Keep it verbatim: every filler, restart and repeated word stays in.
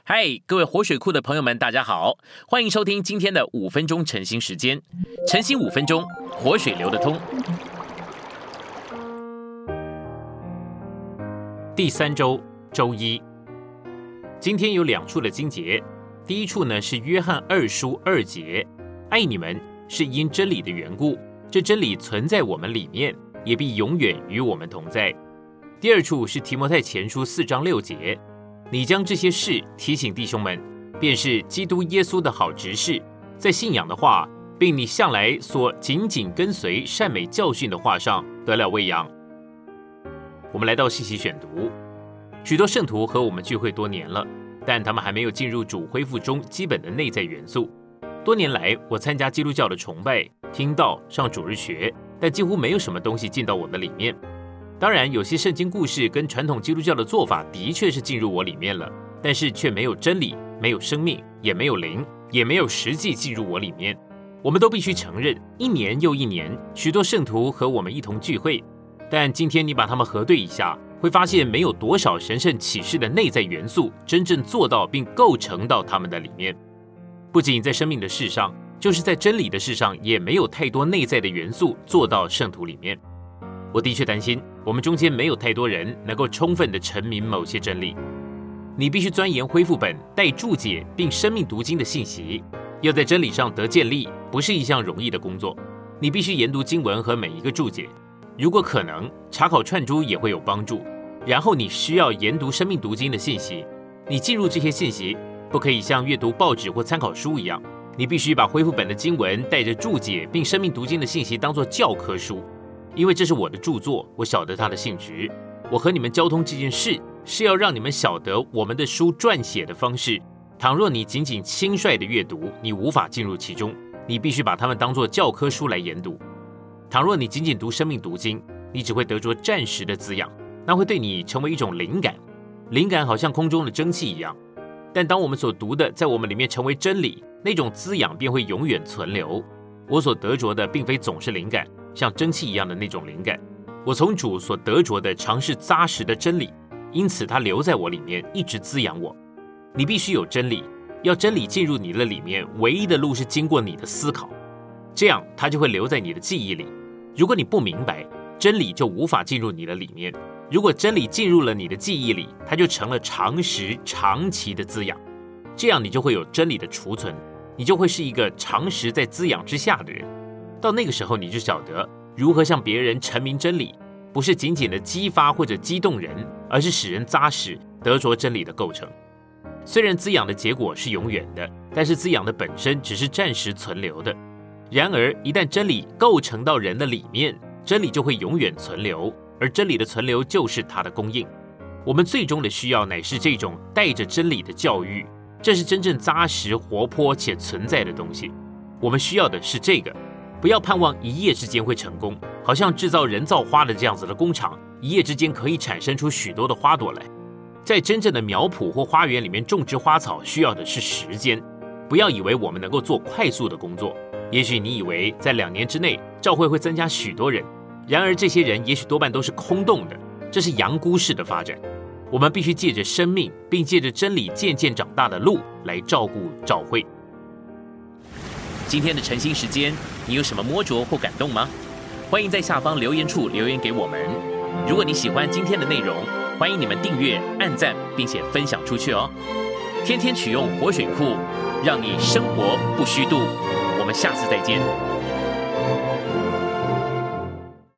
嗨，各位活水库的朋友们，大家好，欢迎收听今天的五分钟晨兴时间。晨兴五分钟，活水流得通。第三周周一，今天有两处的经节。第一处呢是约翰二书二节，爱你们是因真理的缘故，这真理存在我们里面，也必永远与我们同在。第二处是提摩太前书四章六节，你将这些事提醒弟兄们，便是基督耶稣的好执事，在信仰的话，并你向来所紧紧跟随善美教训的话上得了喂养。我们来到信息选读，许多圣徒和我们聚会多年了，但他们还没有进入主恢复中基本的内在元素。多年来，我参加基督教的崇拜、听道、上主日学，但几乎没有什么东西进到我的里面。当然，有些圣经故事跟传统基督教的做法的确是进入我里面了，但是却没有真理，没有生命，也没有灵，也没有实际进入我里面。我们都必须承认，一年又一年，许多圣徒和我们一同聚会，但今天你把他们核对一下，会发现没有多少神圣启示的内在元素真正做到并构成到他们的里面。不仅在生命的事上，就是在真理的事上，也没有太多内在的元素做到圣徒里面。我的确担心，我们中间没有太多人能够充分地陈明某些真理。你必须钻研恢复本带注解并生命读经的信息，要在真理上得建立，不是一项容易的工作。你必须研读经文和每一个注解，如果可能，查考串珠也会有帮助。然后你需要研读生命读经的信息，你进入这些信息，不可以像阅读报纸或参考书一样，你必须把恢复本的经文带着注解并生命读经的信息当作教科书。因为这是我的著作，我晓得它的性质。我和你们交通这件事，是要让你们晓得我们的书撰写的方式。倘若你仅仅轻率的阅读，你无法进入其中，你必须把它们当作教科书来研读。倘若你仅仅读生命读经，你只会得着暂时的滋养，那会对你成为一种灵感。灵感好像空中的蒸汽一样，但当我们所读的在我们里面成为真理，那种滋养便会永远存留。我所得着的并非总是灵感，像蒸汽一样的那种灵感，我从主所得着的常是扎实的真理，因此它留在我里面，一直滋养我。你必须有真理，要真理进入你的里面，唯一的路是经过你的思考，这样它就会留在你的记忆里。如果你不明白，真理就无法进入你的里面。如果真理进入了你的记忆里，它就成了长时长期的滋养，这样你就会有真理的储存，你就会是一个长时在滋养之下的人。到那个时候，你就晓得如何向别人陈明真理，不是仅仅的激发或者激动人，而是使人扎实得着真理的构成。虽然滋养的结果是永远的，但是滋养的本身只是暂时存留的。然而一旦真理构成到人的里面，真理就会永远存留，而真理的存留就是它的供应。我们最终的需要乃是这种带着真理的教育，这是真正扎实活泼且存在的东西。我们需要的是这个，不要盼望一夜之间会成功，好像制造人造花的这样子的工厂，一夜之间可以产生出许多的花朵来。在真正的苗圃或花园里面种植花草，需要的是时间。不要以为我们能够做快速的工作，也许你以为在两年之内教会会增加许多人，然而这些人也许多半都是空洞的，这是羊菇式的发展。我们必须借着生命并借着真理渐渐长大的路来照顾教会。今天的晨兴时间，你有什么摸着或感动吗？欢迎在下方留言处留言给我们。如果你喜欢今天的内容，欢迎你们订阅、按赞，并且分享出去哦。天天取用活水库，让你生活不虚度。我们下次再见。